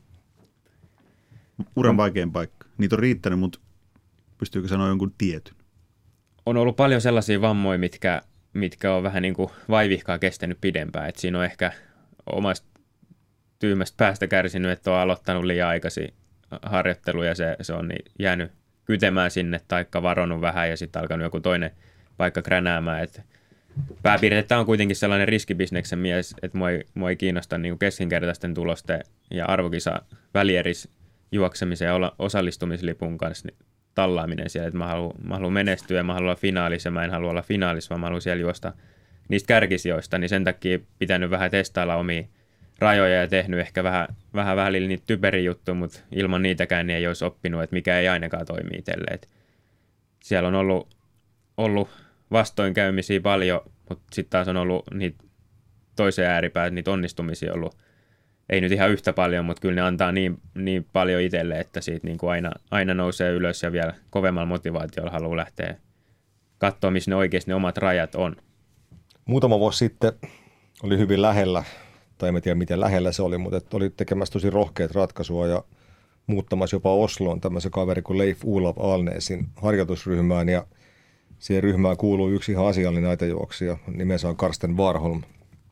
Uran vaikein paikka. Niitä on riittänyt, mutta pystyykö sanoa jonkun tietyn? On ollut paljon sellaisia vammoja, mitkä, mitkä on vähän niin kuin vaivihkaa kestänyt pidempään. Et siinä on ehkä omasta tyhmästä päästä kärsinyt, että on aloittanut liian aikaisin harjoittelu ja se, se on niin jäänyt kytemään sinne taikka varonut vähän ja sitten alkanut joku toinen paikka kränäämään. Et pääpiirteitä on kuitenkin sellainen riskibisneksen mies, että mua ei, mua ei kiinnosta niin kuin keskinkertaisten tulosten ja arvokisa välieris juoksemisen ja osallistumislipun kanssa niin tallaaminen siellä, että mä haluan, mä haluan menestyä ja mä haluan olla finaalissa ja mä en halua olla finaalissa, vaan mä haluan siellä juosta niistä kärkisijoista, niin sen takia pitänyt vähän testailla omia rajoja ja tehnyt ehkä vähän, vähän välillä niitä typeriä juttuja, mutta ilman niitäkään niin ei olisi oppinut, että mikä ei ainakaan toimi itselle. Et siellä on ollut, ollut vastoinkäymisiä paljon, mutta sitten taas on ollut niitä toiseen ääripäätä, niitä onnistumisia ollut. Ei nyt ihan yhtä paljon, mutta kyllä ne antaa niin, niin paljon itselle, että siitä niin kuin aina, aina nousee ylös ja vielä kovemmalla motivaatiolla haluaa lähteä katsoa, missä ne oikeasti ne omat rajat on. Muutama vuosi sitten oli hyvin lähellä, tai en tiedä miten lähellä se oli, mutta oli tekemässä tosi rohkeat ratkaisua ja muuttamassa jopa Osloon tämmöisen kaveri kuin Leif Olav Alnesin harjoitusryhmään ja siihen ryhmään kuuluu yksi ihan asiallinen aitajuoksija, nimensä on Karsten Warholm.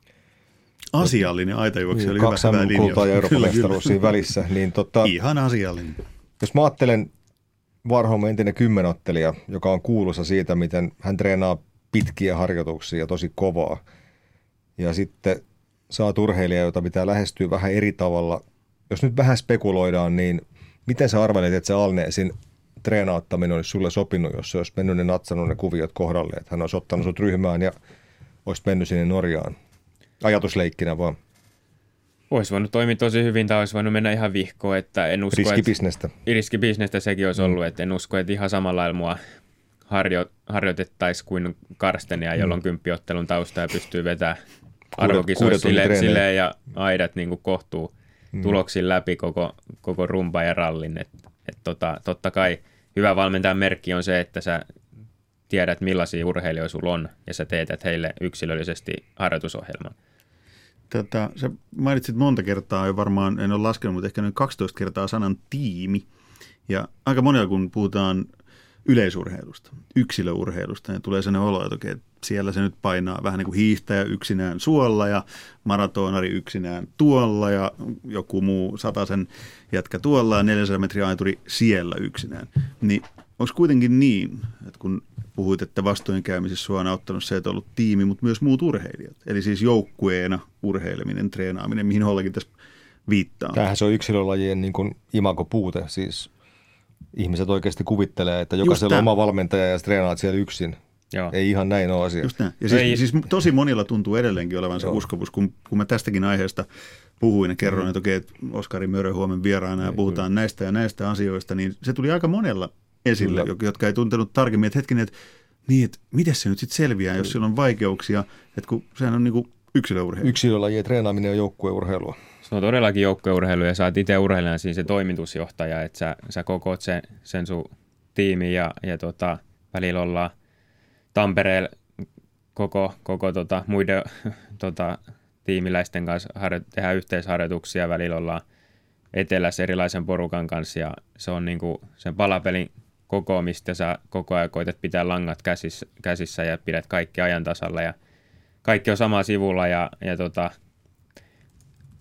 Asiallinen aitajuoksija oli kaksi hyvä, hyvä linjaus. kultaa ja Euroopan mestaruus siinä välissä. Niin tota, ihan asiallinen. Jos mä ajattelen Warholm entinen kymmenottelija, joka on kuuluisa siitä, miten hän treenaa pitkiä harjoituksia ja tosi kovaa. Ja sitten saa urheilija, jota pitää lähestyä vähän eri tavalla. Jos nyt vähän spekuloidaan, niin miten sä arvelet, että se Alnesin treenauttaminen olisi sulle sopinut, jos se olisi mennyt ne natsannut ne kuviot kohdalle, että hän olisi ottanut sut ryhmään ja olisi mennyt sinne Norjaan? Ajatusleikkinä vaan. Olisi voinut toimia tosi hyvin tai olisi voinut mennä ihan vihkoon, että en usko, riskibisnestä. Että riskibisnestä sekin olisi ollut, mm. että en usko, että ihan samalla lailla mua harjo, harjoitettaisiin kuin Karstenia, jolla on kymppiottelun tausta ja pystyy vetämään arvokisoissa silleen, silleen ja aidat niin kuin kohtuu mm. tuloksin läpi koko, koko rumpa ja rallin. Et, et tota, totta kai hyvä valmentajan merkki on se, että sä tiedät millaisia urheilijoita sulla on ja sä teetät heille yksilöllisesti harjoitusohjelman. Tätä, sä mainitsit monta kertaa jo varmaan, en ole laskenut, mutta ehkä noin kaksitoista kertaa sanan tiimi. Ja aika monella kun puhutaan yleisurheilusta, yksilöurheilusta, niin tulee sellainen olo, että okei, siellä se nyt painaa vähän niin kuin hiihtäjä yksinään suolla ja maratonari yksinään tuolla ja joku muu satasen jätkä tuolla ja neljäsataa metriä aituri siellä yksinään. Niin onko kuitenkin niin, että kun puhuit, että vastoinkäymisissä sua on auttanut se, että on ollut tiimi, mutta myös muut urheilijat. Eli siis joukkueena urheileminen, treenaaminen, mihin Hollakin tässä viittaa. Tämähän se on yksilölajien niin kuin imagopuute. Siis ihmiset oikeasti kuvittelee, että jokaisella on oma valmentaja ja treenaat siellä yksin. Joo. Ei ihan näin ole asia. Just näin. Ja siis, siis tosi monilla tuntuu edelleenkin olevan se Joo. uskovuus, kun, kun mä tästäkin aiheesta puhuin ja kerroin, mm. että okei, että Oskari Mörö huomen vieraana ja puhutaan kyllä. näistä ja näistä asioista, niin se tuli aika monella esille, Kyllä. jotka ei tuntenut tarkemmin, että hetkinen, että, niin, että miten se nyt sitten selviää, jos sillä on vaikeuksia, että kun sehän on niin kuin yksilöurheilu. Yksilölajien treenaaminen on joukkueurheilua. Se on todellakin joukkueurheilu ja sä oot itse urheilijana siinä se toimitusjohtaja, että sä, sä kokoat sen, sen sun tiimin ja, ja tota, välillä ollaan Tampereella koko, koko tota, muiden tota, tiimiläisten kanssa harjo, tehdään yhteisharjoituksia, välillä ollaan etelässä erilaisen porukan kanssa ja se on niin kuin sen palapelin kokoamista ja sä koko ajan koetat pitää langat käsissä, käsissä ja pidät kaikki ajan tasalla ja kaikki on sama sivulla ja, ja tota,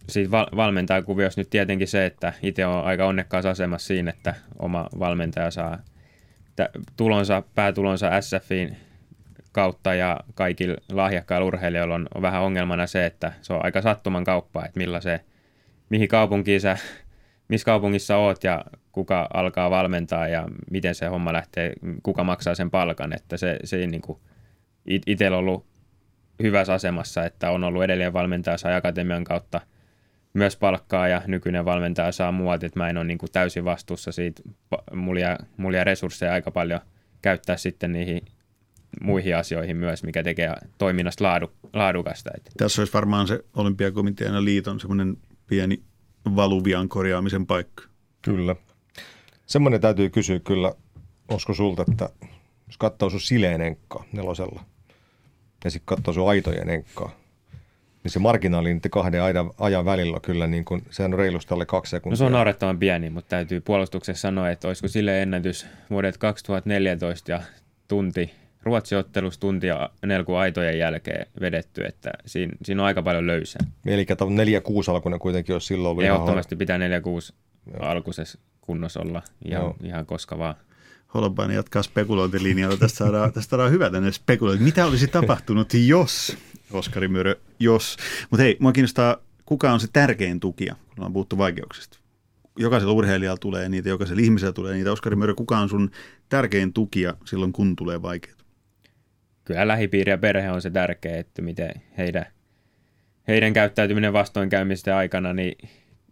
siitä val- valmentajakuviossa nyt tietenkin se, että itse on aika onnekkaassa asemassa siinä, että oma valmentaja saa tulonsa, päätulonsa S F:in kautta ja kaikilla lahjakkailla urheilijoilla on, on vähän ongelmana se, että se on aika sattuman kauppaa, että millaiseen, mihin kaupunkiin sä, missä kaupungissa oot ja kuka alkaa valmentaa ja miten se homma lähtee, kuka maksaa sen palkan, että se, se ei niin kuin itsellä ollut hyvässä asemassa, että on ollut edelleen valmentaja saa akatemian kautta myös palkkaa ja nykyinen valmentaja saa muualta, että mä en ole niin kuin täysin vastuussa siitä, mulla jää, mulla jää resursseja aika paljon käyttää sitten niihin muihin asioihin myös, mikä tekee toiminnasta laadu, laadukasta. Tässä olisi varmaan se Olympiakomitean ja liiton semmoinen pieni valuvian korjaamisen paikka. Kyllä. Semmoinen täytyy kysyä kyllä, olisiko sulta, että jos katsoo sun sileen enkkaa nelosella ja sitten katsoo sun aitojen enkkaa, niin se marginaali niiden kahden ajan, ajan välillä kyllä, niin kuin, sehän on reilusti alle kaksi sekuntia. No se on naurettavan pieni, mutta täytyy puolustuksessa sanoa, että olisiko sille ennätys vuodet kaksituhattaneljätoista ja tunti, Ruotsi-ottelussa tuntia nelku aitojen jälkeen vedetty, että siinä, siinä on aika paljon löysää. Eli neljä kuusi alkuinen kuitenkin olisi silloin ollut. Ehdottomasti pitää neljä kuusi alkuisessa kunnossa olla ihan, ihan koska vaan. Holopainen jatkaa spekulointilinjalla. Tästä saadaan, tästä saadaan hyvä tänne spekulointi. Mitä olisi tapahtunut, jos, Oskari Mörö, jos. Mutta hei, mua kiinnostaa, kuka on se tärkein tukija, kun on puhuttu vaikeuksista. Jokaisella urheilijalla tulee niitä, jokaisella ihmisellä tulee niitä. Oskari Mörö, kuka on sun tärkein tukija silloin, kun tulee vaikeita? Kyllä lähipiiri ja perhe on se tärkeä, että miten heidän, heidän käyttäytyminen vastoinkäymisten aikana niin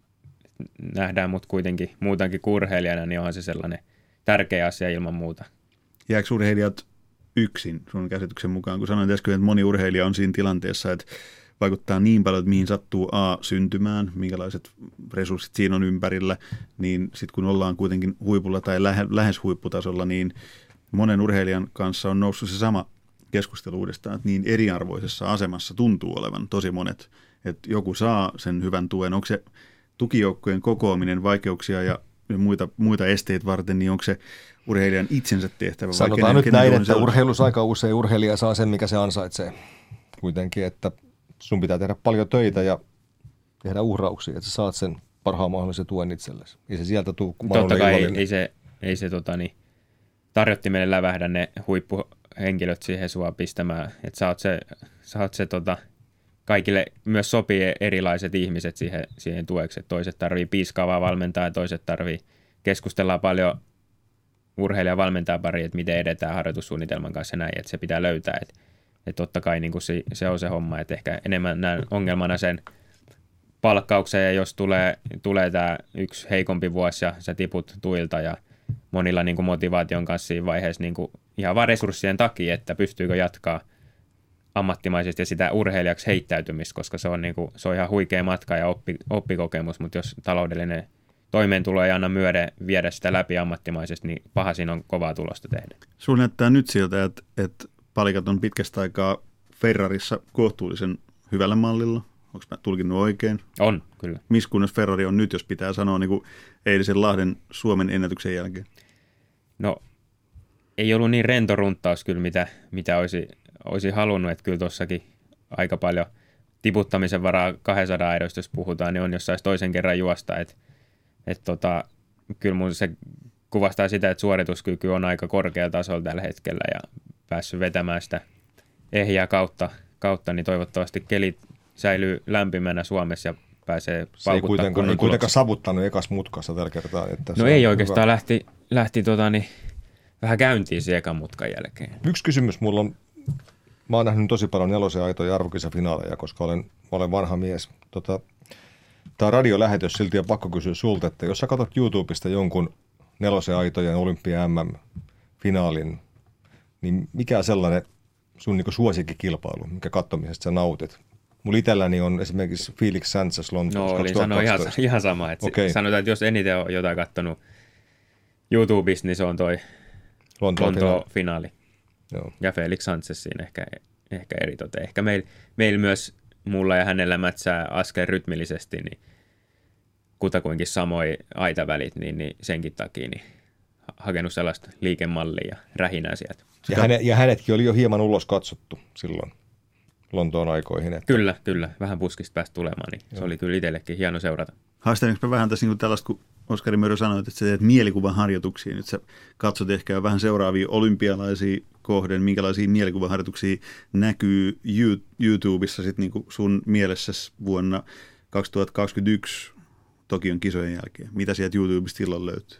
nähdään mut kuitenkin muutankin kuin urheilijana, niin onhan se sellainen tärkeä asia ilman muuta. Jääkö urheilijat yksin sun käsityksen mukaan? Kun sanoin äsken, että moni urheilija on siinä tilanteessa, että vaikuttaa niin paljon, että mihin sattuu A syntymään, minkälaiset resurssit siinä on ympärillä, niin sitten kun ollaan kuitenkin huipulla tai lähe, lähes huipputasolla, niin monen urheilijan kanssa on noussut se sama keskustelu uudestaan, että niin eriarvoisessa asemassa tuntuu olevan tosi monet, että joku saa sen hyvän tuen. Onko se tukijoukkojen kokoaminen vaikeuksia ja muita, muita esteitä varten, niin onko se urheilijan itsensä tehtävä? Sanotaan nyt näin, että sellainen? Urheilussa aika usein urheilija saa sen, mikä se ansaitsee kuitenkin, että sun pitää tehdä paljon töitä ja tehdä uhrauksia, että sä saat sen parhaan mahdollisen tuen itsellesi. Ei se sieltä tule totta kai ei, ei se, ei se tota, niin, tarjottimelle lävähdä ne huippuhenkilöt siihen sua pistämään, että sä oot se, sä oot se tota, kaikille myös sopii erilaiset ihmiset siihen, siihen tueksi, että toiset tarvii piiskaavaa valmentaa ja toiset tarvii, keskustellaan paljon urheilijan valmentaa pari, että miten edetään harjoitussuunnitelman kanssa näin, että se pitää löytää, että, että totta kai niin kuin se, se on se homma, että ehkä enemmän näen ongelmana sen palkkauksen ja jos tulee, tulee tämä yksi heikompi vuosi ja sä tiput tuilta ja monilla niin kuin motivaation kanssa siinä vaiheessa niin kuin ihan vaan resurssien takia, että pystyykö jatkaa ammattimaisesti ja sitä urheilijaksi heittäytymistä, koska se on, niin kuin, se on ihan huikea matka ja oppi, oppikokemus, mutta jos taloudellinen toimeentulo ei anna myöden viedä sitä läpi ammattimaisesti, niin paha siinä on kovaa tulosta tehdä. Sulla näyttää nyt siltä, että, että palikat on pitkästä aikaa Ferrarissa kohtuullisen hyvällä mallilla. Onko mä tulkinnut oikein? On, kyllä. Missä kunnossa Ferrari on nyt, jos pitää sanoa niin kuin eilisen Lahden Suomen ennätyksen jälkeen? No, ei ollut niin rento runttaus kyllä, mitä, mitä olisi, olisi halunnut, että kyllä tuossakin aika paljon tiputtamisen varaa kaksisataa aidoista, jos puhutaan, niin on, jos saisi toisen kerran juosta. Et, et tota, kyllä mun se kuvastaa sitä, että suorituskyky on aika korkealla tasolla tällä hetkellä ja päässyt vetämään sitä ehjää kautta, kautta niin toivottavasti kelit säilyy lämpimänä Suomessa ja pääsee paukuttaa. Se ei kuitenkaan, ei kuitenkaan savuttanut ekas mutkassa tällä kertaa. Että no ei oikeastaan, hyvä. lähti, lähti tota, niin, vähän käyntiin sen ekan mutkan jälkeen. Yksi kysymys mulla on, mä oon nähnyt tosi paljon nelosen aitoja arvokisafinaaleja, koska olen, olen vanha mies. Tota, tämä radiolähetys silti on pakko kysyä sulta, että jos sä katsot YouTubesta jonkun nelosen aitojen Olympia M M-finaalin, niin mikä sellainen sun niin suosikkikilpailu, mikä katsomisesta sä nautit? Mulla itselläni on esimerkiksi Felix Sanchez Lontoossa. No, oli sanoa ihan, ihan sama. Että okay. Sanotaan, että jos eniten on jotain katsonut YouTubesta, niin se on toi Lontoon finaali. finaali. Joo. Ja Felix Sanchez siinä ehkä, ehkä eritoten. Ehkä meillä meil myös, mulla ja hänellä mätsää askel rytmillisesti, niin kutakuinkin samoin aitavälit, niin, niin senkin takia niin hakenut sellaista liikemallia ja rähinää sieltä. Ja, hänet, ja hänetkin oli jo hieman ulos katsottu silloin. Lontoon aikoihin. Että. Kyllä, kyllä. Vähän puskista päästä tulemaan, niin se oli kyllä itsellekin hieno seurata. Haastelinko vähän tässä niin tällaista, kun Oskari Mörö sanoi, että sä teet mielikuvaharjoituksia. Nyt sä katsot ehkä jo vähän seuraavia olympialaisia kohden, minkälaisia mielikuvaharjoituksia näkyy YouTubessa sit niin kuin sun mielessäsi vuonna kaksituhattakaksikymmentäyksi Tokion kisojen jälkeen. Mitä sieltä YouTubesta silloin löytyy?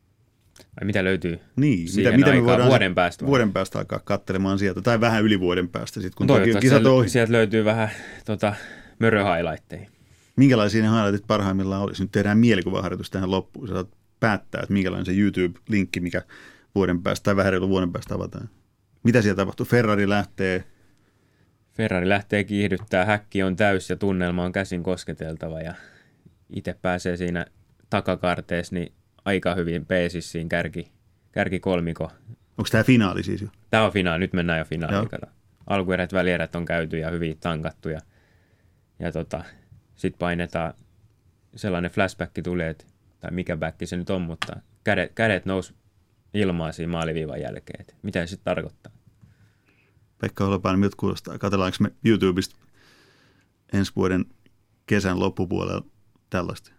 Ai mitä löytyy niin, siihen mitä, mitä me aikaan, vuoden päästä? Vuoden päästä alkaa katselemaan sieltä, tai vähän yli vuoden päästä, sit, kun no, Tokion kisat on ohi. Sieltä löytyy vähän tota, Mörö-highlightteja. Minkälaisia ne highlightit parhaimmillaan olisi? Nyt tehdään mielikuvaharjoitus tähän loppuun. Sä saat päättää, että minkälainen se YouTube-linkki, mikä vuoden päästä tai vähän reilu vuoden päästä avataan. Mitä siellä tapahtuu? Ferrari lähtee. Ferrari lähtee kiihdyttää, häkki on täys ja tunnelma on käsin kosketeltava ja itse pääsee siinä takakarteessa niin aika hyvin peesissä siinä kärki, kärkikolmiko. Onko tämä finaali siis jo? Tämä on finaali, nyt mennään jo finaaliin. Alkuerät, välierät on käyty ja hyvin tankattu ja, ja tota, sitten painetaan, sellainen flashback tuli, että, tai mikä back se nyt on, mutta kädet, kädet nousi ilmaan siinä maaliviivan jälkeen. Että mitä se sitten tarkoittaa? Pekka Holopainen, miltä kuulostaa? Katsellaanko me YouTubesta ensi vuoden kesän loppupuolella tällaista?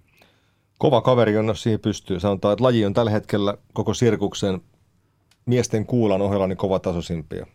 Kova kaveri on, jos siihen pystyy. Sanotaan, että laji on tällä hetkellä koko sirkuksen miesten kuulan ohella niin kovatasoisimpia.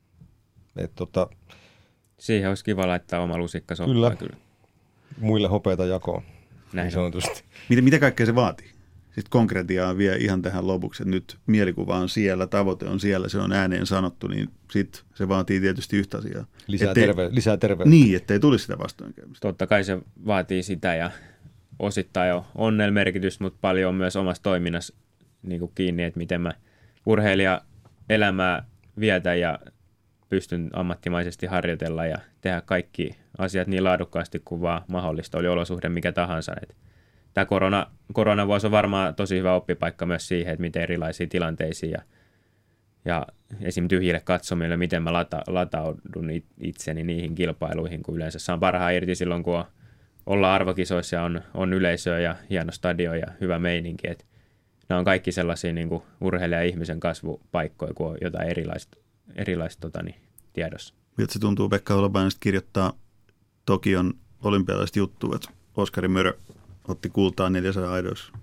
Et tota, siihen olisi kiva laittaa oma lusikka soppaan. Kyllä. kyllä. Muille hopeita jakoon. Näin niin sanotusti. Mitä, mitä kaikkea se vaatii? Sitten konkretiaa vielä ihan tähän lopuksi, että nyt mielikuva on siellä, tavoite on siellä, se on ääneen sanottu, niin sitten se vaatii tietysti yhtä asiaa. Lisää, ettei, terve, lisää terveyttä. Niin, ettei tulisi sitä vastoinkäymistä. Totta kai se vaatii sitä ja osittain jo onnella merkitystä, mutta paljon on myös omassa toiminnassa niin kuin kiinni, että miten mä urheilija elämää vietän ja pystyn ammattimaisesti harjoitella ja tehdä kaikki asiat niin laadukkaasti kuin vaan mahdollista, oli olosuhde mikä tahansa. Et tämä korona, koronavuosi on varmaan tosi hyvä oppipaikka myös siihen, että miten erilaisiin tilanteisiin ja, ja esim. Tyhjille katsomille, miten mä lata, lataudun itseni niihin kilpailuihin, kun yleensä saan parhaan irti silloin, kun on, ollaan arvokisoissa ja on, on yleisöä ja hieno stadio ja hyvä meininki. Et nämä on kaikki sellaisia niin kuin urheilija-ihmisen kasvupaikkoja, kun on jotain erilaista, erilaista tota, niin, tiedossa. Miltä se tuntuu Pekka Holopainen kirjoittaa Tokion olympialaisista juttua, että Oskari Mörö otti kultaa neljäsataa aidoissa?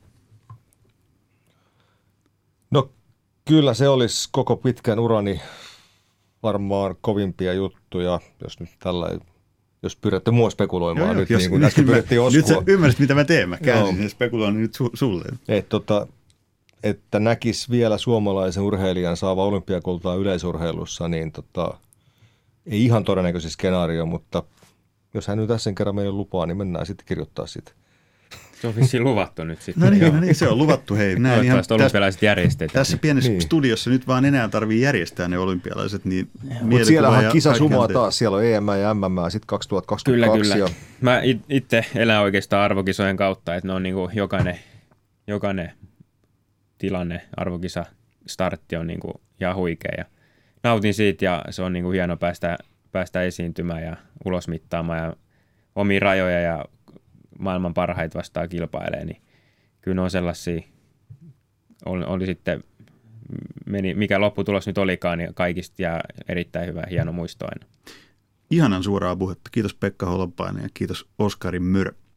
No kyllä se olisi koko pitkän urani varmaan kovimpia juttuja, jos nyt tällä jos pyydätte mua spekuloimaan joo, nyt, jos, niin kuin äsken pyydettiin Oskua. Nyt sä ymmärsit, mitä mä teen. Mä käänsin sen spekuloinnin nyt su, sulle. Et, tota, että näkisi vielä suomalaisen urheilijan saava olympiakultaa yleisurheilussa, niin tota, ei ihan todennäköisesti skenaario, mutta jos hän nyt tässä kerran meidän lupaa, niin mennään sitten kirjoittaa sitä. Se on vissiin luvattu nyt sitten. No niin, no niin, se on luvattu. Hei, näin ihan olympialaiset järjestetään. Tässä pienessä niin. studiossa nyt vaan enää tarvii järjestää ne olympialaiset. Niin mutta siellä on kisasumaa taas. Siellä on E M ja M M sitten kaksituhattakaksikymmentäkaksi. Kyllä, kyllä. Ja... Mä itse elän oikeastaan arvokisojen kautta, että ne on niin kuin jokainen, jokainen tilanne, arvokisa, startti on niin kuin ihan huikea. Ja nautin siitä ja se on niin kuin hieno päästä, päästä esiintymään ja ulosmittaamaan ja omia rajoja ja maailman parhaita vastaan kilpailee, niin kyllä ne on sellaisia, oli, oli sitten, meni, mikä lopputulos nyt olikaan, niin kaikista jää erittäin hyvä, hieno muisto aina. Ihanan suoraa puhetta. Kiitos Pekka Holopainen ja kiitos Oskari Mörö.